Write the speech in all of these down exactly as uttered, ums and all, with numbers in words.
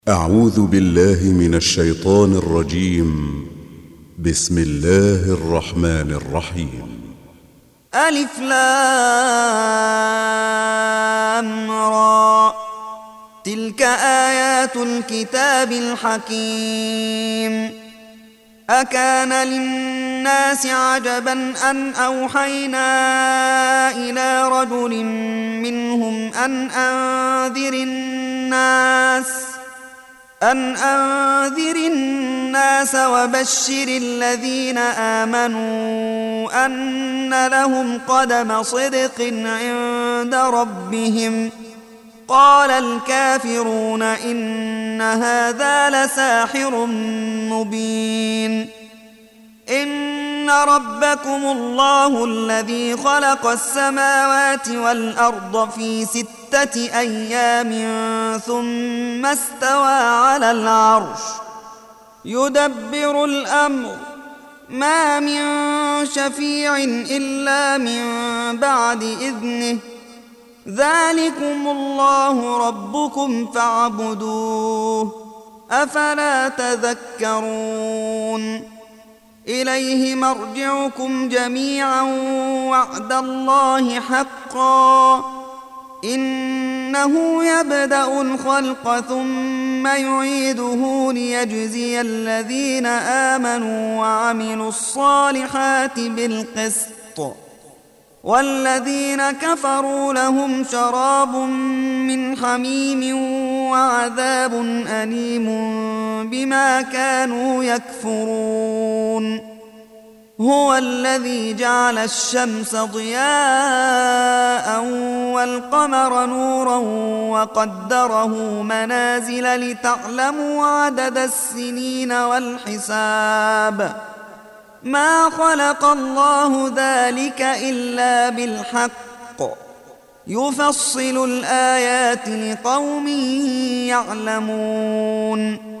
أعوذ بالله من الشيطان الرجيم. بسم الله الرحمن الرحيم. ألف لام را، تلك آيات الكتاب الحكيم. أكان للناس عجبا أن أوحينا إلى رجل منهم أن أنذر الناس أن أنذر الناس وبشر الذين آمنوا أن لهم قدم صدق عند ربهم. قال الكافرون إن هذا لساحر مبين. إن ربكم الله الذي خلق السماوات والأرض في ستة أيام ثم استوى على العرش يدبر الأمر، ما من شفيع إلا من بعد إذنه، ذلكم الله ربكم فاعبدوه، أفلا تذكرون. إليه مرجعكم جميعا وعد الله حقا، إنه يبدأ الخلق ثم يعيده ليجزي الذين آمنوا وعملوا الصالحات بالقسط، والذين كفروا لهم شراب من حميم وعذاب أليم بما كانوا يكفرون. هو الذي جعل الشمس ضياء والقمر نورا وقدره منازل لتعلموا عدد السنين والحساب، ما خلق الله ذلك إلا بالحق، يفصل الآيات لقوم يعلمون.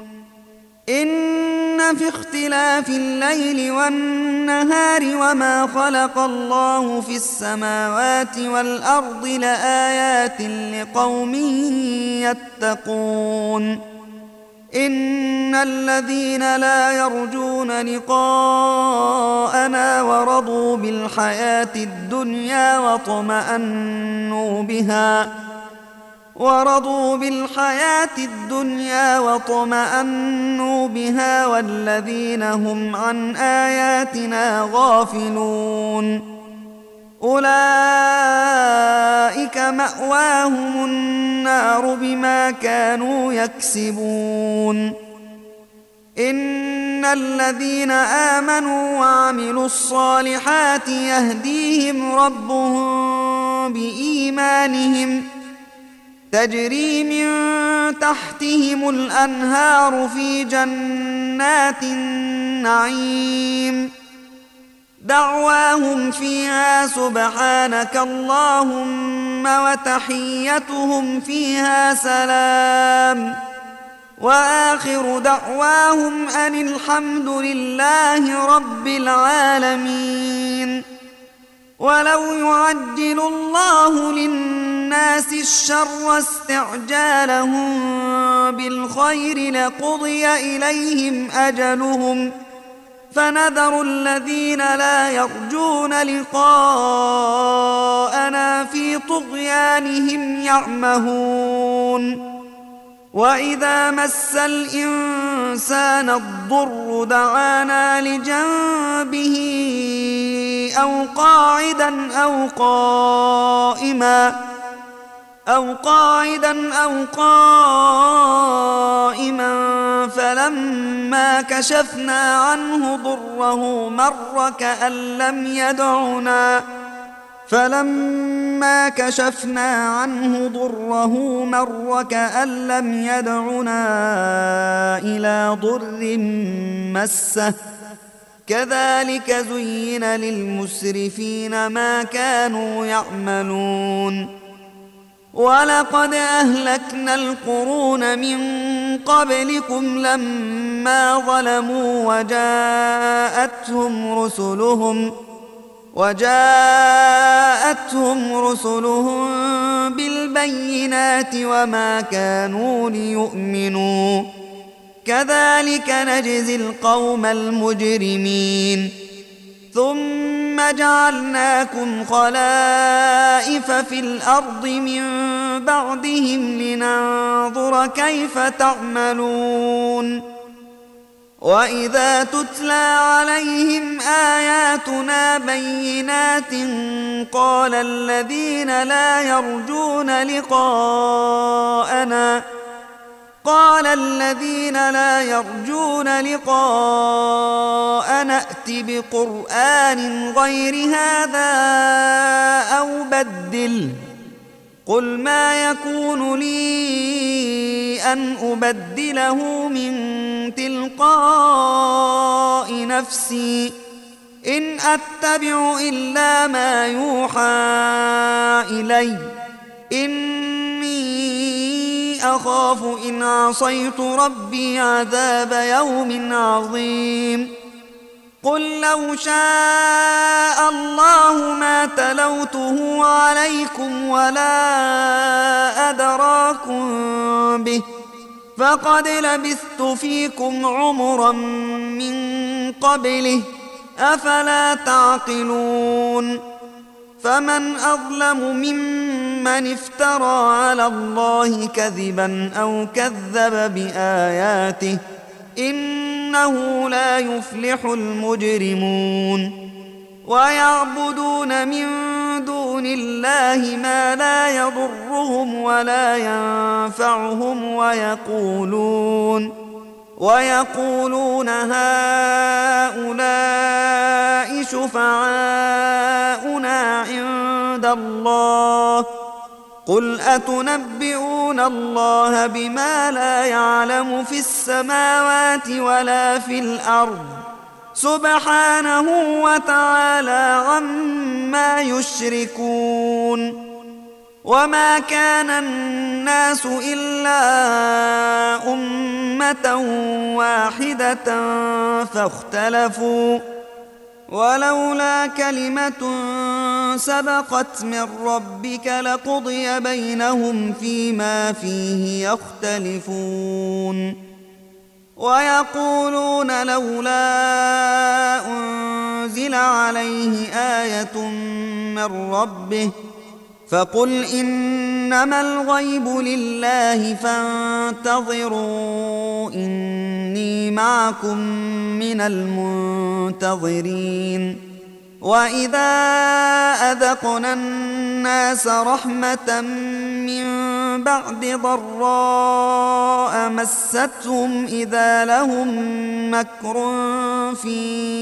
إن في اختلاف الليل والنهار وما خلق الله في السماوات والأرض لآيات لقوم يتقون. إن الذين لا يرجون لقاءنا ورضوا بالحياة الدنيا واطمأنوا بها ورضوا بالحياة الدنيا واطمأنوا بها والذين هم عن آياتنا غافلون أولئك مأواهم النار بما كانوا يكسبون. إن الذين آمنوا وعملوا الصالحات يهديهم ربهم بإيمانهم، تجري من تحتهم الأنهار في جنات النعيم، دعواهم فيها سبحانك اللهم وتحيتهم فيها سلام، وآخر دعواهم أن الحمد لله رب العالمين. ولو يعجل الله للناس الشر استعجالهم بالخير لقضي إليهم أجلهم، فنذر الذين لا يرجون لقاءنا في طغيانهم يعمهون. وإذا مس الإنسان الضر دعانا لجنبه أو قاعدا أو قائما أو قاعدا أو قائما فلما كشفنا عنه ضره مر كأن لم يدعنا فلما كشفنا عنه ضره مر كأن لم يدعنا إلى ضر مسه، كذلك زين للمسرفين ما كانوا يعملون. ولقد أهلكنا القرون من قبلكم لما ظلموا وجاءتهم رسلهم وجاءتهم رسلهم بالبينات وما كانوا ليؤمنوا كذلك نجزي القوم المجرمين ثم جعلناكم خلائف في الأرض من بعدهم لننظر كيف تعملون وإذا تتلى عليهم آياتنا بينات قال الذين لا يرجون لقاءنا قال الذين لا يرجون لقاءنا ائت بقرآن غير هذا أو بدله قل ما يكون لي أن أبدله من تلقاء نفسي إن أتبع إلا ما يوحى إلي إني أخاف إن عصيت ربي عذاب يوم عظيم قل لو شاء الله ما تلوته عليكم ولا أدراكم به فقد لبثت فيكم عمرا من قبله أفلا تعقلون فمن أظلم ممن افترى على الله كذبا أو كذب بآياته إنه لا يفلح المجرمون ويعبدون من دون الله ما لا يضرهم ولا ينفعهم ويقولون ويقولون هؤلاء شفعاؤنا عند الله قل أتنبئون الله بما لا يعلم في السماوات ولا في الأرض سبحانه وتعالى عما يشركون وما كان الناس إلا أمة واحدة فاختلفوا ولولا كلمة سبقت من ربك لقضي بينهم فيما فيه يختلفون ويقولون لولا أنزل عليه آية من ربه فقل إنما الغيب لله فانتظروا إني معكم من المنتظرين وإذا أذقنا الناس رحمة من بعد ضراء مستهم إذا لهم مكر في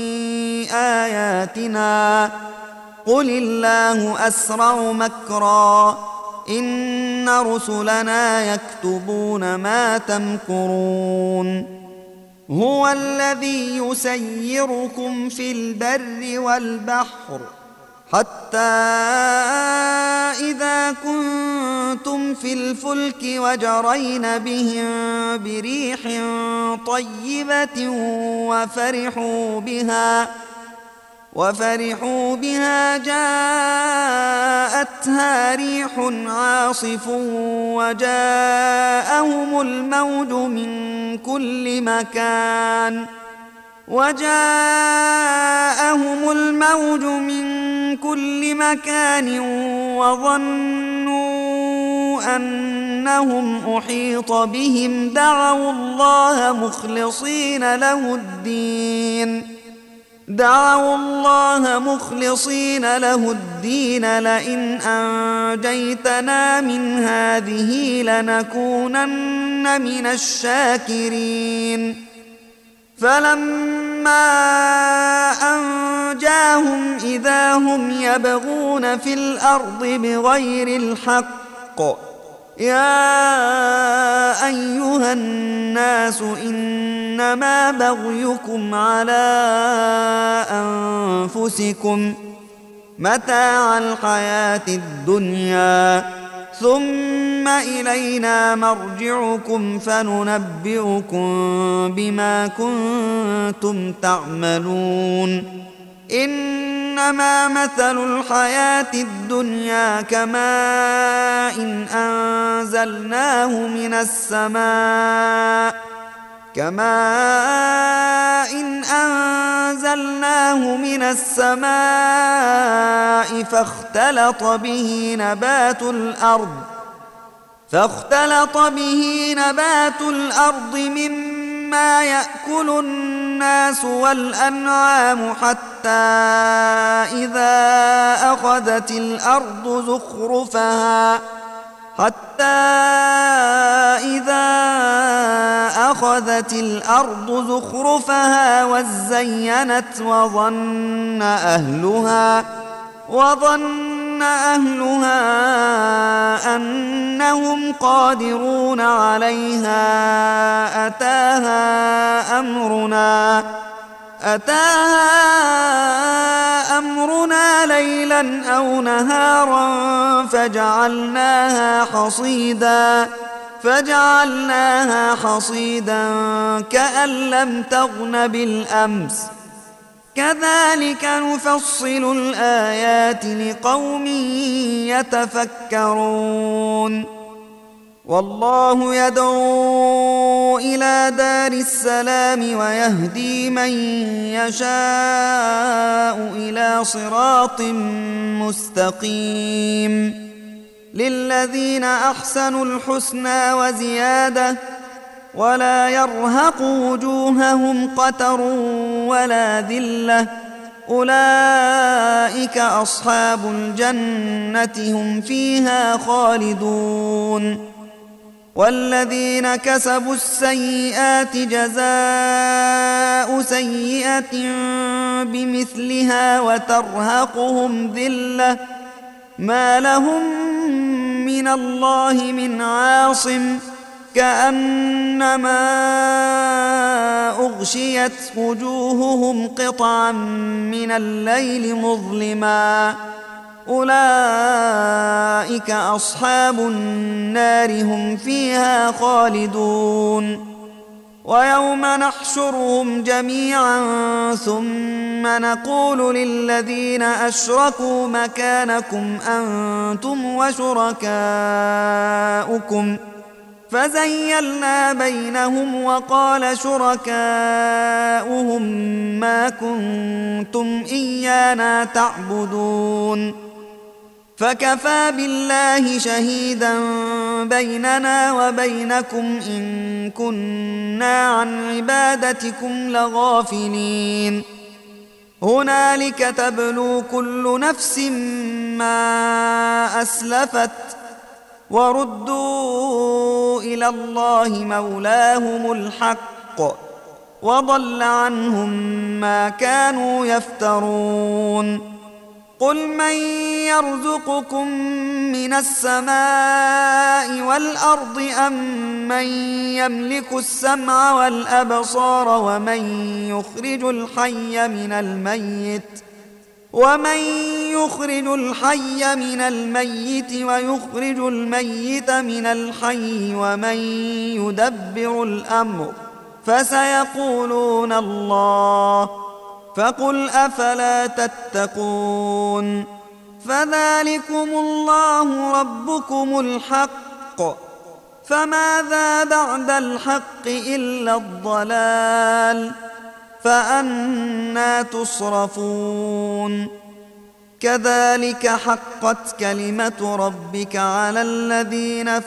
آياتنا قل الله أسرع مكرا إن رسلنا يكتبون ما تمكرون هو الذي يسيركم في البر والبحر حتى إذا كنتم في الفلك وجرين بهم بريح طيبة وفرحوا بها وفرحوا بها جاءتها ريح عاصف وجاءهم الموج من كل مكان وجاءهم الموج من كل مكان وظنوا أنهم أحيط بهم دعوا الله مخلصين له الدين دعوا الله مخلصين له الدين لئن أنجيتنا من هذه لنكونن من الشاكرين فلما أنجاهم إذا هم يبغون في الأرض بغير الحق يا أيها الناس إنما بغيكم على أنفسكم متاع الحياة الدنيا ثم إلينا مرجعكم فننبئكم بما كنتم تعملون إنما مثل الحياة الدنيا كماء إن أنزلناه من السماء كماء إن أنزلناه من السماء فاختلط به نبات الأرض فاختلط به نبات الأرض مما يأكل الناس والأنعام حتى إذا أخذت الأرض زخرفها حتى إذا أخذت الأرض زخرفها وزينت وظن أهلها وظن أهلها أنهم قادرون عليها أتاها أمرنا أتاها أمرنا ليلا أو نهارا فجعلناها حصيدا فجعلناها حصيدا كأن لم تغن بالأمس كذلك نفصل الآيات لقوم يتفكرون والله يدعو إلى دار السلام ويهدي من يشاء إلى صراط مستقيم للذين أحسنوا الحسنى وزيادة ولا يرهق وجوههم قتر ولا ذلة أولئك أصحاب الجنة هم فيها خالدون والذين كسبوا السيئات جزاء سيئة بمثلها وترهقهم ذلة ما لهم من الله من عاصم كأنما أغشيت وجوههم قطعا من الليل مظلما أولئك أصحاب النار هم فيها خالدون ويوم نحشرهم جميعا ثم نقول للذين أشركوا مكانكم أنتم وشركاؤكم فزيلنا بينهم وقال شركاؤهم ما كنتم إيانا تعبدون فكفى بالله شهيدا بيننا وبينكم إن كنا عن عبادتكم لغافلين هنالك تبلو كل نفس ما أسلفت وردوا إلى الله مولاهم الحق وضل عنهم ما كانوا يفترون قل من يرزقكم من السماء والأرض أم من يملك السمع والأبصار ومن يخرج الحي من الميت ومن يخرج الحي من الميت ويخرج الميت من الحي ومن يدبر الأمر فسيقولون الله فقل أفلا تتقون فذلكم الله ربكم الحق فماذا بعد الحق إلا الضلال فأنى تصرفون كذلك حقت كلمة ربك على الذين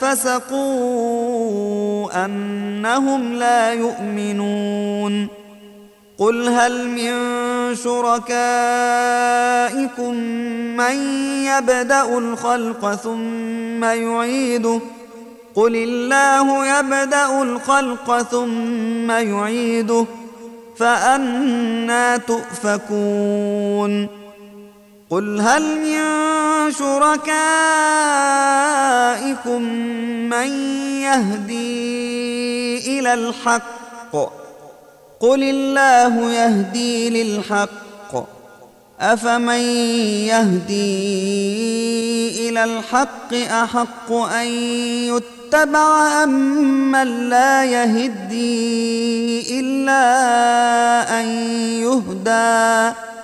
فسقوا أنهم لا يؤمنون قل هل من شركائكم من يبدأ الخلق ثم يعيده قل الله يبدأ الخلق ثم يعيده فأنى تؤفكون قل هل من شركائكم من يهدي إلى الحق قل الله يهدي للحق أفمن يهدي إلى الحق أحق أن يتبع أمن لا يهدي إلا أن يهدى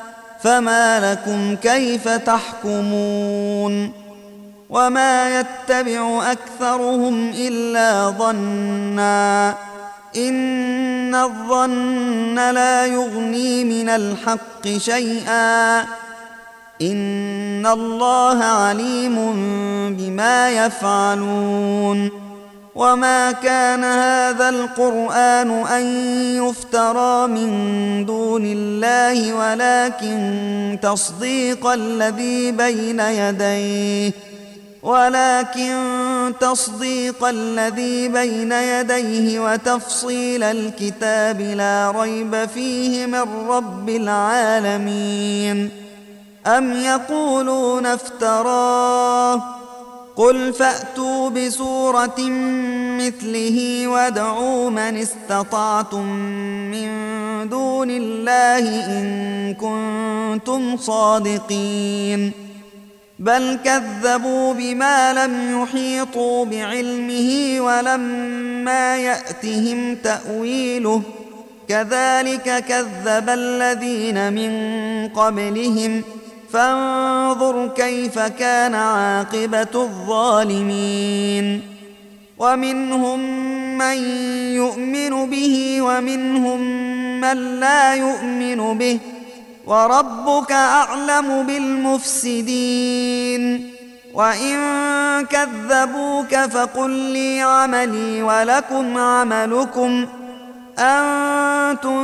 فما لكم كيف تحكمون وما يتبع أكثرهم إلا ظنا إن الظن لا يغني من الحق شيئا إن الله عليم بما يفعلون وما كان هذا القرآن أن يفترى من دون الله ولكن تصديق الذي بين يديه ولكن تصديق الذي بين يديه وتفصيل الكتاب لا ريب فيه من رب العالمين أم يقولون افتراه قل فأتوا بسورة مثله وادعوا من استطعتم من دون الله إن كنتم صادقين بل كذبوا بما لم يحيطوا بعلمه ولما يأتهم تأويله كذلك كذب الذين من قبلهم فانظر كيف كان عاقبة الظالمين ومنهم من يؤمن به ومنهم من لا يؤمن به وربك أعلم بالمفسدين وإن كذبوك فقل لي عملي ولكم عملكم أنتم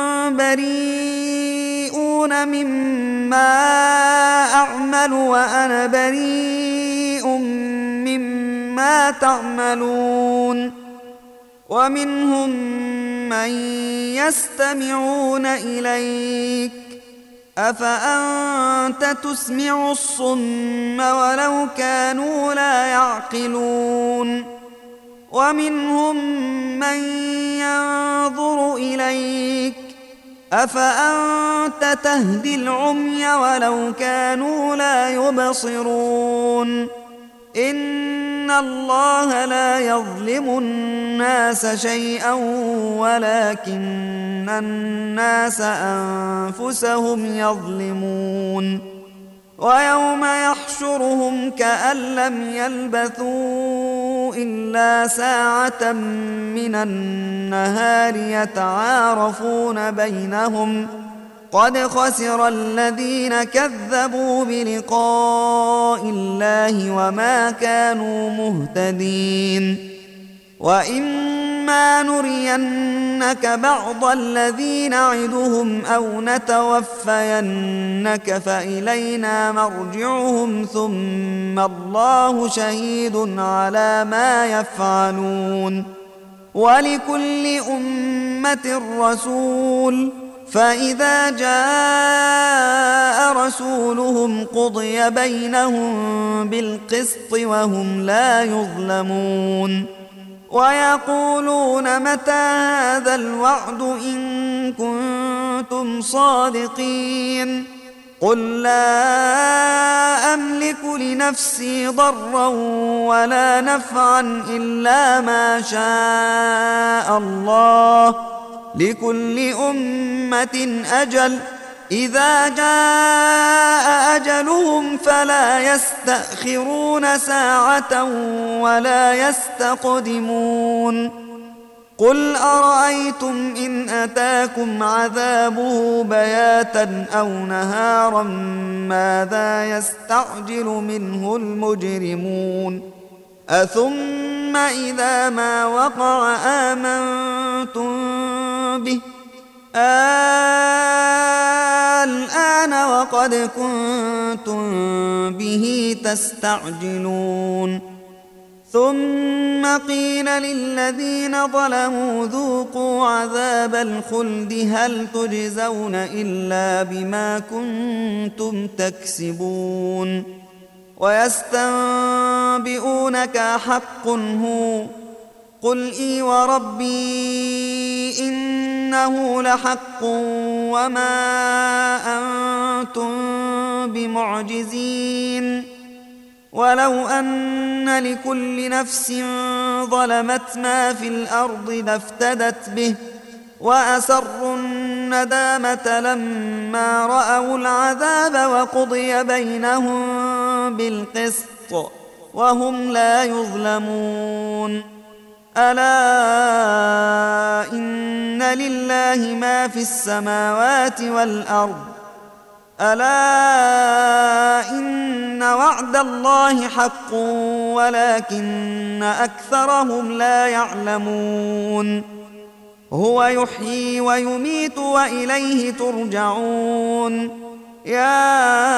بريئون مما أعمل وأنا بريء مما تعملون ومنهم من يستمعون إليك أفأنت تسمع الصم ولو كانوا لا يعقلون ومنهم من ينظر إليك أفأنت تهدي العمي ولو كانوا لا يبصرون إن الله لا يظلم الناس شيئا ولكن الناس أنفسهم يظلمون ويوم يحشرهم كأن لم يلبثوا إلا ساعة من النهار يتعارفون بينهم قد خسر الذين كذبوا بلقاء الله وما كانوا مهتدين وإما نرينك بعض الذي نعدهم أو نتوفينك فإلينا مرجعهم ثم الله شهيد على ما يفعلون ولكل أمة رسول فإذا جاء رسولهم قضي بينهم بالقسط وهم لا يظلمون ويقولون متى هذا الوعد إن كنتم صادقين قل لا أملك لنفسي ضرا ولا نفعا إلا ما شاء الله لكل أمة أجل إذا جاء أجلهم فلا يستأخرون ساعة ولا يستقدمون قل أرأيتم إن أتاكم عذابه بياتا أو نهارا ماذا يستعجل منه المجرمون أثم إذا ما وقع آمنتم به الآن وقد كنتم به تستعجلون ثم قيل للذين ظلموا ذوقوا عذاب الخلد هل تجزون إلا بما كنتم تكسبون ويستنبئونك حق هو قل إي وربي إنه لحق وما أنتم بمعجزين ولو أن لكل نفس ظلمت ما في الأرض لافتدت به وأسروا الندامة لما رأوا العذاب وقضي بينهم بالقسط وهم لا يظلمون. ألا إن لله ما في السماوات والأرض ألا إن وعد الله حق ولكن أكثرهم لا يعلمون. هو يحيي ويميت وإليه ترجعون. يا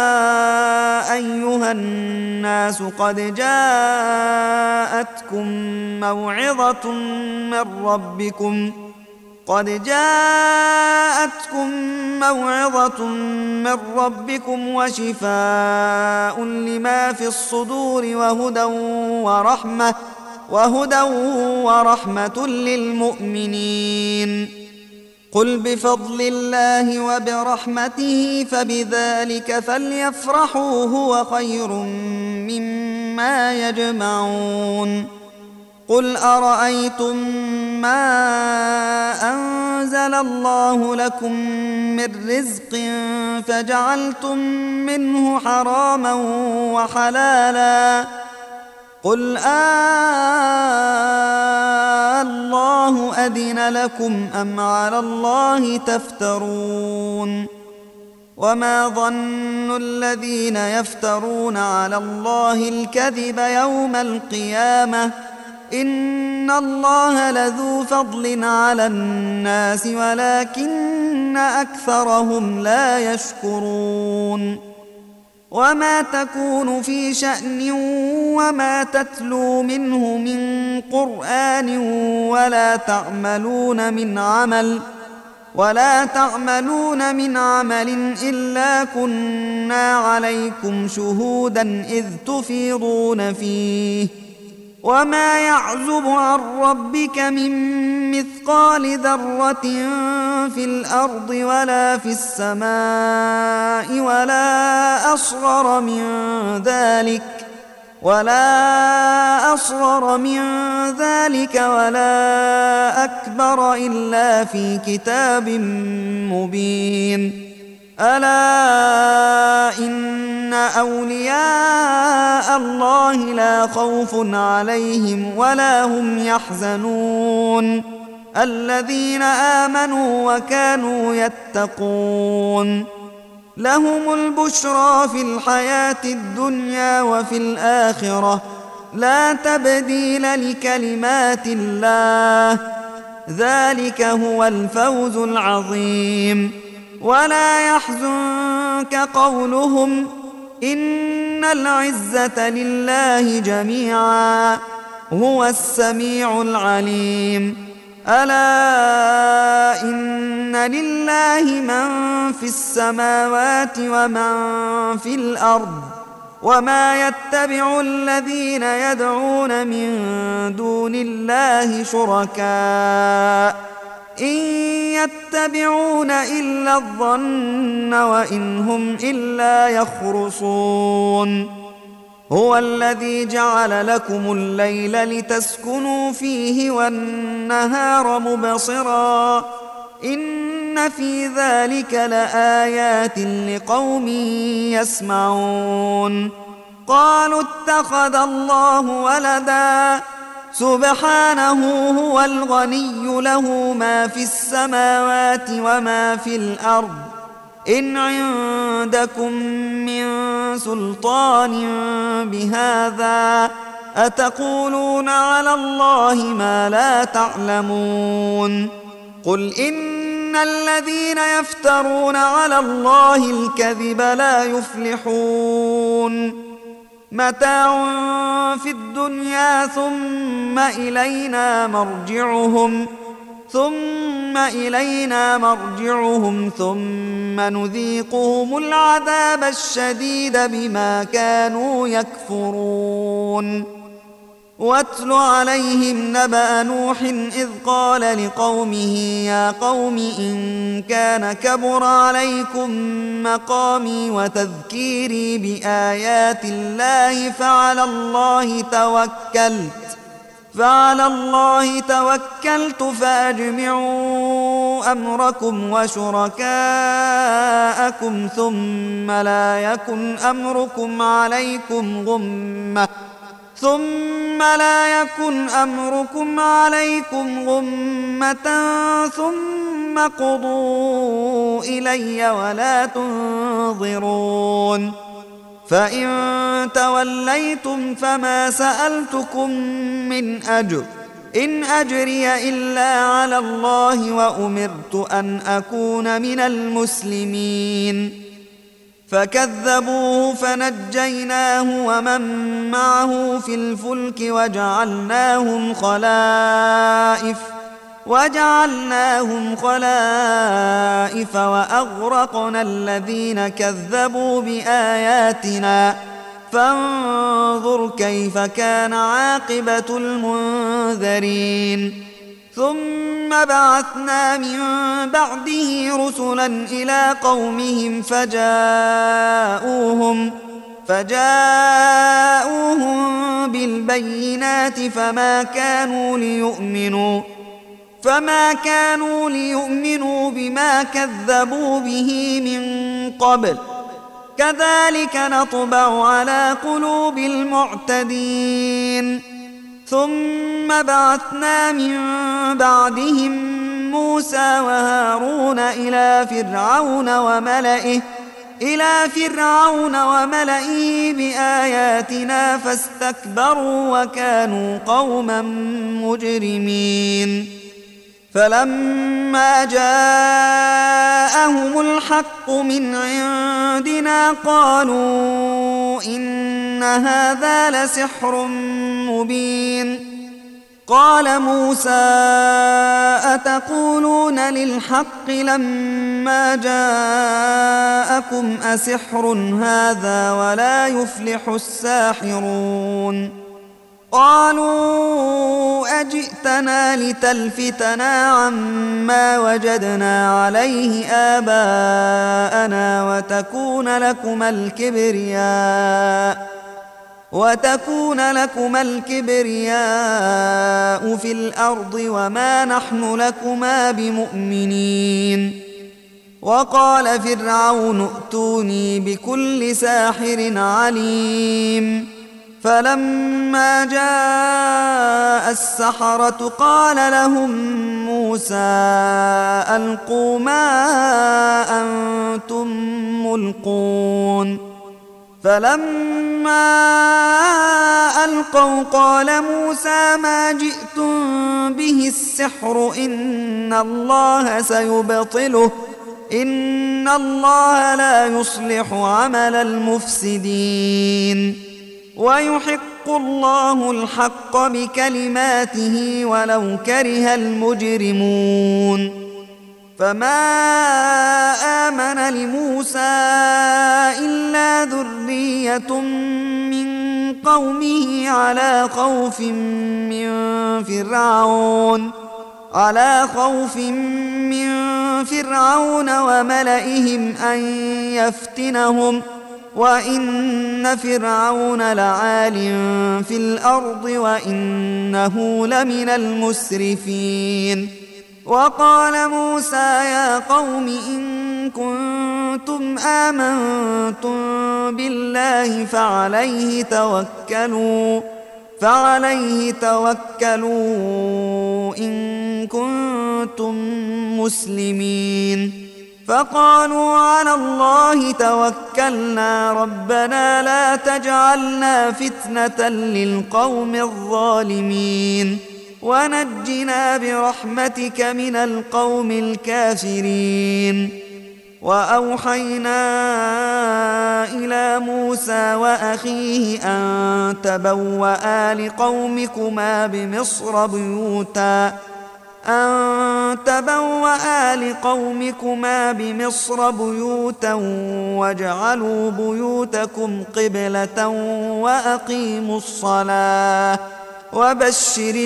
أيها الناس قد جاءتكم موعظة من ربكم قد جاءتكم موعظة من ربكم وشفاء لما في الصدور وهدى ورحمة وهدى ورحمة للمؤمنين. قل بفضل الله وبرحمته فبذلك فليفرحوا هو خير مما يجمعون. قل أرأيتم ما أنزل الله لكم من رزق فجعلتم منه حراما وحلالا قل آه الله أذن لكم أم على الله تفترون. وما ظن الذين يفترون على الله الكذب يوم القيامة إن الله لذو فضل على الناس ولكن أكثرهم لا يشكرون. وما تكون في شأن وما تتلو منه من قرآن ولا تعملون من عمل ولا تعملون من عمل إلا كنا عليكم شهودا إذ تفيضون فيه. وما يعزب عن ربك من مثقال ذرة في الأرض ولا في السماء ولا أصغر من ذلك ولا أصغر من ذلك ولا أكبر إلا في كتاب مبين. ألا إن أولياء الله لا خوف عليهم ولا هم يحزنون الذين آمنوا وكانوا يتقون. لهم البشرى في الحياة الدنيا وفي الآخرة لا تبديل لكلمات الله ذلك هو الفوز العظيم. ولا يحزنك قولهم إن العزة لله جميعا هو السميع العليم. ألا إن لله من في السماوات ومن في الأرض وما يتبع الذين يدعون من دون الله شركاء إن يتبعون إلا الظن وإن هم إلا يخرصون. هو الذي جعل لكم الليل لتسكنوا فيه والنهار مبصرا إن في ذلك لآيات لقوم يسمعون. قالوا اتخذ الله ولدا سبحانه هو الغني له ما في السماوات وما في الأرض إن عندكم من سلطان بهذا أتقولون على الله ما لا تعلمون. قل إن الذين يفترون على الله الكذب لا يفلحون. متاع في الدنيا ثم إلينا مرجعهم ثم إلينا مرجعهم ثم نذيقهم العذاب الشديد بما كانوا يكفرون. واتل عليهم نبأ نوح إذ قال لقومه يا قوم إن كان كبر عليكم مقامي وتذكيري بآيات الله فعلى الله توكلت فعلى الله توكلت فأجمعوا أمركم وشركاءكم ثم لا يكن أمركم عليكم غمة ثم لا يكن أمركم عليكم غمة ثم قضوا إلي ولا تنظرون فإن توليتم فما سألتكم من أجر إن أجري إلا على الله وأمرت أن أكون من المسلمين فكذبوه فنجيناه ومن معه في الفلك وجعلناهم خلائف وجعلناهم خلائف وأغرقنا الذين كذبوا بآياتنا فانظر كيف كان عاقبة المنذرين ثم بعثنا من بعده رسلا إلى قومهم فجاءوهم فجاءوهم بالبينات فما كانوا ليؤمنوا فما كانوا ليؤمنوا بما كذبوا به من قبل كذلك نطبع على قلوب المعتدين ثم بعثنا من بعدهم موسى وهارون إلى فرعون وملئه إلى فرعون وملئه بآياتنا فاستكبروا وكانوا قوما مجرمين فلما جاءهم الحق من عندنا قالوا إن هذا لسحر مبين قال موسى أتقولون للحق لما جاءكم أسحر هذا ولا يفلح الساحرون قالوا أجئتنا لتلفتنا عما وجدنا عليه آباءنا وتكون لكما الكبرياء وتكون لكما الكبرياء في الأرض وما نحن لكما بمؤمنين وقال فرعون ائتوني بكل ساحر عليم فلما جاء السحرة قال لهم موسى ألقوا ما أنتم ملقون فلما ألقوا قال موسى ما جئتم به السحر إن الله سيبطله إن الله لا يصلح عمل المفسدين ويحق الله الحق بكلماته ولو كره المجرمون فما آمن لموسى إلا ذرية من قومه على خوف من فرعون على خوف من فرعون وملئهم أن يفتنهم وإن فرعون لعال في الأرض وإنه لمن المسرفين وقال موسى يا قوم إن كنتم آمنتم بالله فعليه توكلوا فعليه توكلوا إن كنتم مسلمين فقالوا على الله توكلنا ربنا لا تجعلنا فتنة للقوم الظالمين ونجنا برحمتك من القوم الكافرين وأوحينا إلى موسى وأخيه أن تبوأ لقومكما بمصر بيوتا أن تبوأ لقومكما بمصر بيوتا واجعلوا بيوتكم قبلة وأقيموا الصلاة وبشر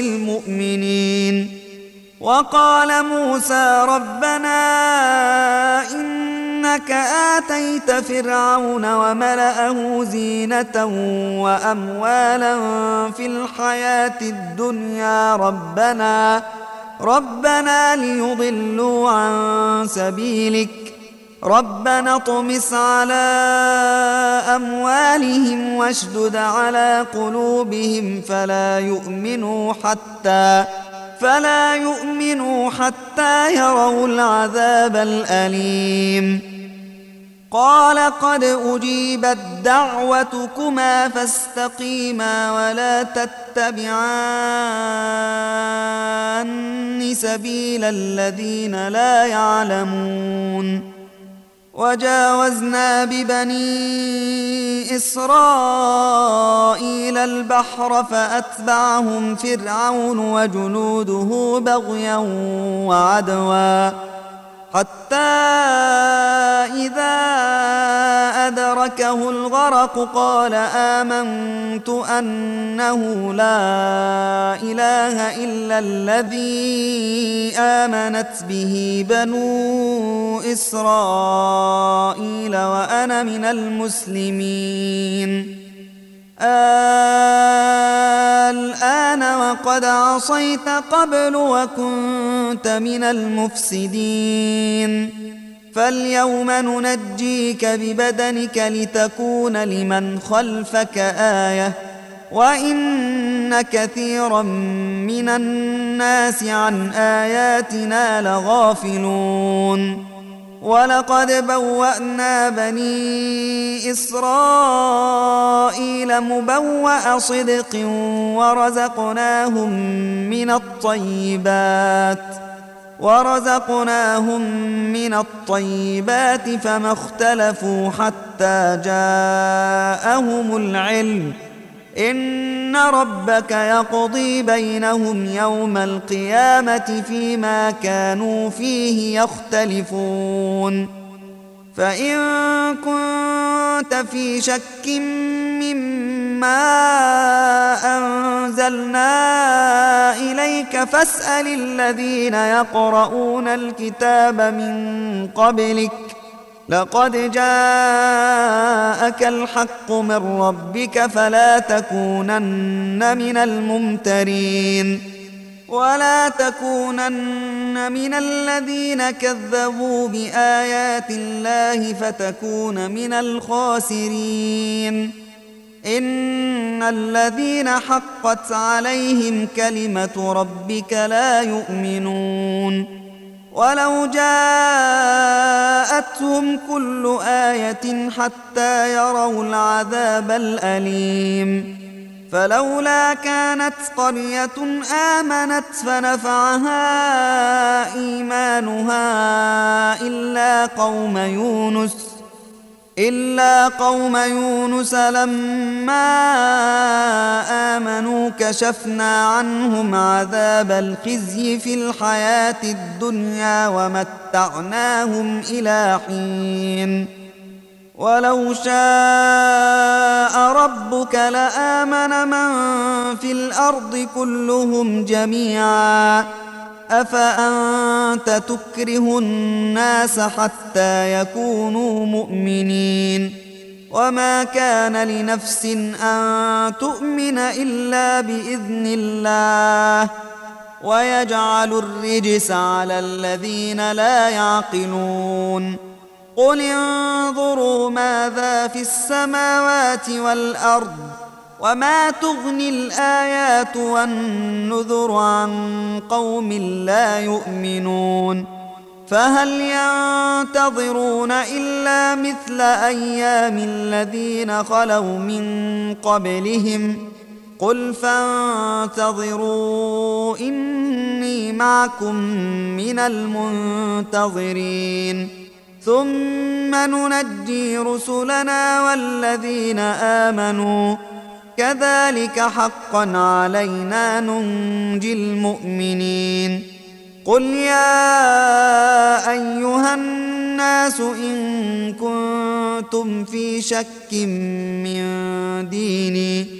المؤمنين وقال موسى ربنا إن إنك آتيت فرعون وملأه زينة وأموالا في الحياة الدنيا ربنا ربنا ليضلوا عن سبيلك ربنا اطمس على أموالهم واشدد على قلوبهم فلا يؤمنوا حتى فلا يؤمنوا حتى يروا العذاب الأليم قال قد أجيبت دعوتكما فاستقيما ولا تتبعان سبيل الذين لا يعلمون وجاوزنا ببني إسرائيل البحر فأتبعهم فرعون وجنوده بغيا وعدوا حتى إذا أدركه الغرق قال آمنت أنه لا إله إلا الذي آمنت به بنو إسرائيل وأنا من المسلمين الآن وقد عصيت قبل وكنت من المفسدين فاليوم ننجيك ببدنك لتكون لمن خلفك آية وإن كثيرا من الناس عن آياتنا لغافلون ولقد بوأنا بني إسرائيل مبوأ صدق ورزقناهم من الطيبات ورزقناهم من الطيبات فما اختلفوا حتى جاءهم العلم إن ربك يقضي بينهم يوم القيامة فيما كانوا فيه يختلفون فإن كنت في شك مما أنزلنا إليك فاسأل الذين يقرؤون الكتاب من قبلك لقد جاءك الحق من ربك فلا تكونن من الممترين ولا تكونن من الذين كذبوا بآيات الله فتكون من الخاسرين إن الذين حقت عليهم كلمة ربك لا يؤمنون ولو جاءتهم كل آية حتى يروا العذاب الأليم فلولا كانت قرية آمنت فنفعها إيمانها إلا قوم يونس إلا قوم يونس لما آمنوا كشفنا عنهم عذاب الخزي في الحياة الدنيا ومتعناهم إلى حين ولو شاء ربك لآمن من في الأرض كلهم جميعا أفأنت تكره الناس حتى يكونوا مؤمنين وما كان لنفس أن تؤمن إلا بإذن الله ويجعل الرجس على الذين لا يعقلون قل انظروا ماذا في السماوات والأرض وما تغني الآيات والنذر عن قوم لا يؤمنون فهل ينتظرون إلا مثل أيام الذين خلوا من قبلهم قل فانتظروا إني معكم من المنتظرين ثم ننجي رسلنا والذين آمنوا كذلك حقا علينا ننجي المؤمنين قل يا أيها الناس إن كنتم في شك من ديني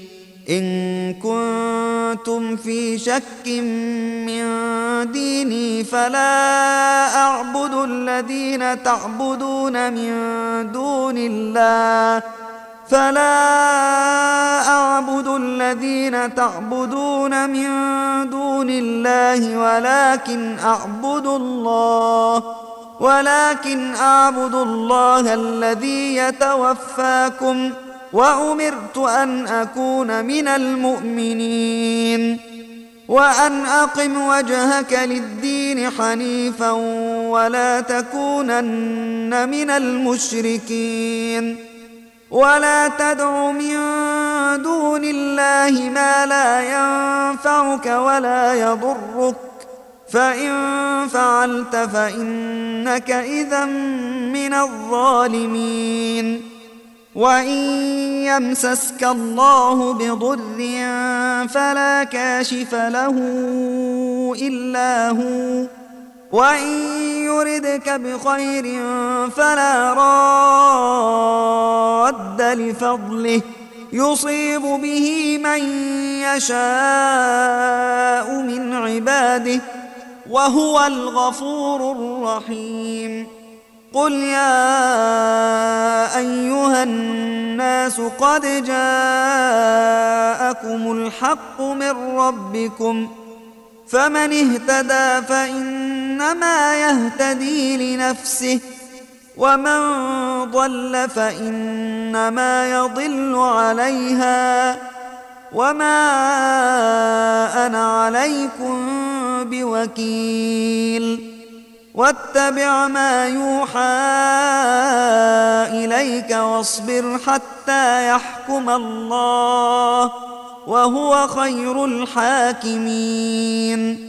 إن كنتم في شك من ديني فلا أعبد الذين تعبدون من دون الله فلا أعبد الذين تعبدون من دون الله ولكن أعبد الله ولكن أعبد الله الذي يتوفاكم وأمرت أن أكون من المؤمنين وأن أقم وجهك للدين حنيفا ولا تكونن من المشركين ولا تدع من دون الله ما لا ينفعك ولا يضرك فإن فعلت فإنك إذا من الظالمين وإن يمسسك الله بضر فلا كاشف له إلا هو وإن يردك بخير فلا راد لفضله يصيب به من يشاء من عباده وهو الغفور الرحيم قل يا أيها الناس قد جاءكم الحق من ربكم فمن اهتدى فإنما يهتدي لنفسه ومن ضل فإنما يضل عليها وما أنا عليكم بوكيل واتبع ما يوحى إليك واصبر حتى يحكم الله وهو خير الحاكمين